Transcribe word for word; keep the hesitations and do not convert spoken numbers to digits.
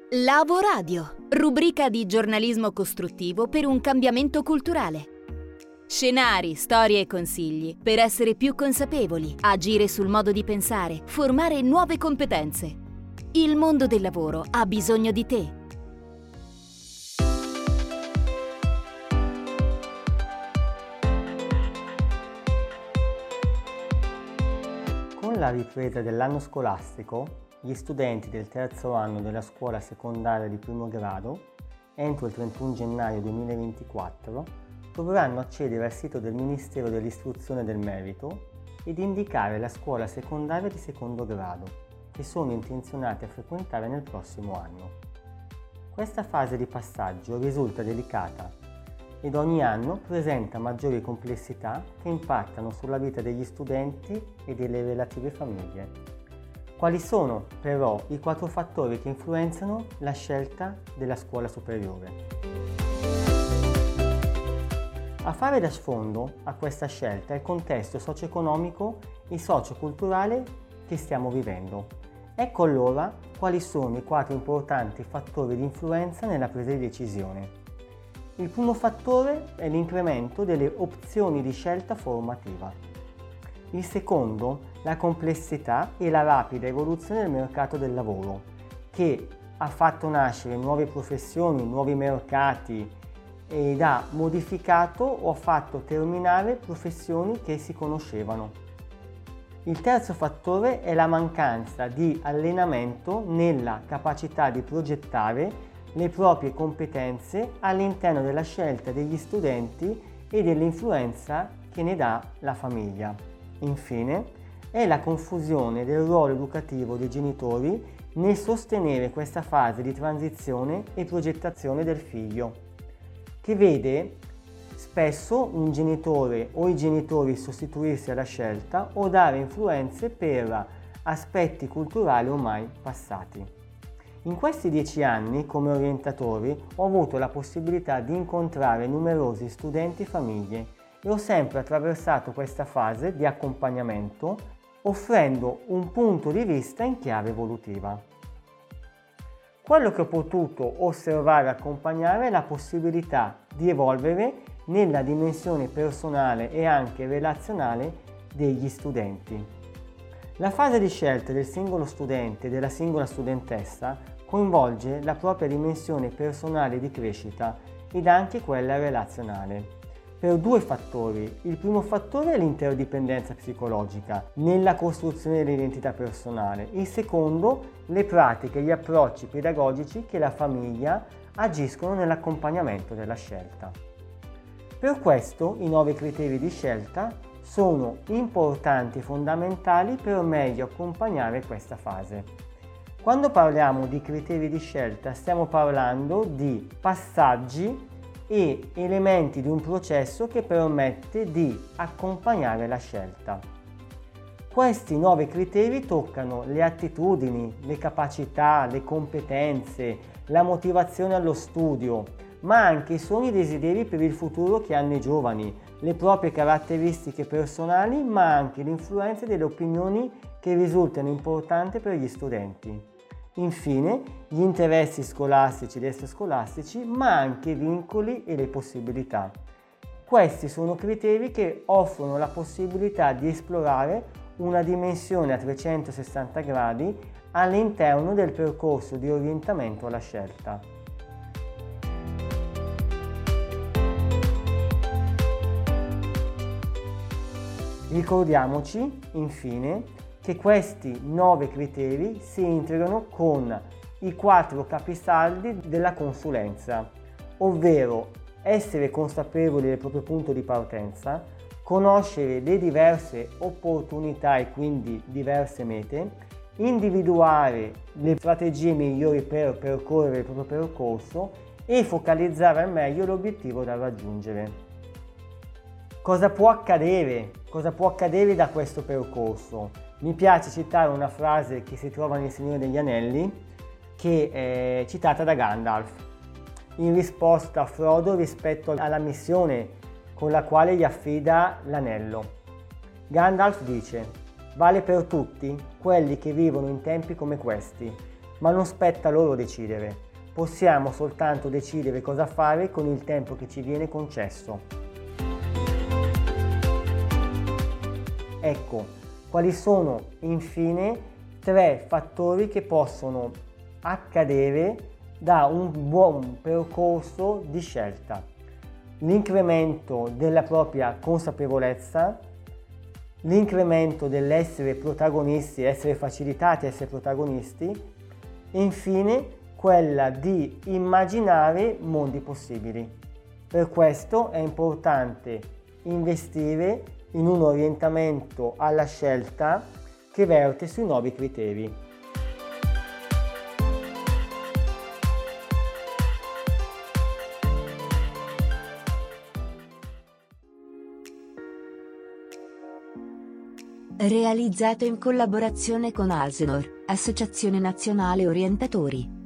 Lavo Radio, rubrica di giornalismo costruttivo per un cambiamento culturale. Scenari, storie e consigli per essere più consapevoli, agire sul modo di pensare, formare nuove competenze. Il mondo del lavoro ha bisogno di te. Con la ripresa dell'anno scolastico, gli studenti del terzo anno della scuola secondaria di primo grado, entro il trentuno gennaio duemilaventiquattro, dovranno accedere al sito del Ministero dell'Istruzione e del Merito ed indicare la scuola secondaria di secondo grado, che sono intenzionati a frequentare nel prossimo anno. Questa fase di passaggio risulta delicata ed ogni anno presenta maggiori complessità che impattano sulla vita degli studenti e delle relative famiglie. Quali sono però i quattro fattori che influenzano la scelta della scuola superiore? A fare da sfondo a questa scelta è il contesto socio-economico e socio-culturale che stiamo vivendo. Ecco allora quali sono i quattro importanti fattori di influenza nella presa di decisione. Il primo fattore è l'incremento delle opzioni di scelta formativa. Il secondo, la complessità e la rapida evoluzione del mercato del lavoro, che ha fatto nascere nuove professioni, nuovi mercati ed ha modificato o ha fatto terminare professioni che si conoscevano. Il terzo fattore è la mancanza di allenamento nella capacità di progettare le proprie competenze all'interno della scelta degli studenti e dell'influenza che ne dà la famiglia. Infine, è la confusione del ruolo educativo dei genitori nel sostenere questa fase di transizione e progettazione del figlio, che vede spesso un genitore o i genitori sostituirsi alla scelta o dare influenze per aspetti culturali ormai passati. In questi dieci anni, come orientatori, ho avuto la possibilità di incontrare numerosi studenti e famiglie e ho sempre attraversato questa fase di accompagnamento offrendo un punto di vista in chiave evolutiva. Quello che ho potuto osservare e accompagnare è la possibilità di evolvere nella dimensione personale e anche relazionale degli studenti. La fase di scelta del singolo studente e della singola studentessa coinvolge la propria dimensione personale di crescita ed anche quella relazionale. Per due fattori. Il primo fattore è l'interdipendenza psicologica nella costruzione dell'identità personale. Il secondo, le pratiche e gli approcci pedagogici che la famiglia agiscono nell'accompagnamento della scelta. Per questo i nove criteri di scelta sono importanti e fondamentali per meglio accompagnare questa fase. Quando parliamo di criteri di scelta stiamo parlando di passaggi e elementi di un processo che permette di accompagnare la scelta. Questi nove criteri toccano le attitudini, le capacità, le competenze, la motivazione allo studio, ma anche i sogni e i desideri per il futuro che hanno i giovani, le proprie caratteristiche personali, ma anche le influenze delle opinioni che risultano importanti per gli studenti. Infine, gli interessi scolastici ed extrascolastici, ma anche i vincoli e le possibilità. Questi sono criteri che offrono la possibilità di esplorare una dimensione a trecentosessanta gradi all'interno del percorso di orientamento alla scelta. Ricordiamoci, infine, che questi nove criteri si integrano con i quattro capisaldi della consulenza, ovvero essere consapevoli del proprio punto di partenza, conoscere le diverse opportunità e quindi diverse mete, individuare le strategie migliori per percorrere il proprio percorso e focalizzare al meglio l'obiettivo da raggiungere. Cosa può accadere? Cosa può accadere da questo percorso? Mi piace citare una frase che si trova nel Signore degli Anelli, che è citata da Gandalf, in risposta a Frodo rispetto alla missione con la quale gli affida l'anello. Gandalf dice: «Vale per tutti quelli che vivono in tempi come questi. ma non spetta loro decidere. Possiamo soltanto decidere cosa fare con il tempo che ci viene concesso. Ecco, quali sono infine tre fattori che possono accadere da un buon percorso di scelta: l'incremento della propria consapevolezza, l'incremento dell'essere protagonisti, essere facilitati a essere protagonisti, e infine quella di immaginare mondi possibili. Per questo è importante investire in un orientamento alla scelta che verte sui nuovi criteri. Realizzato in collaborazione con Alsenor, Associazione Nazionale Orientatori.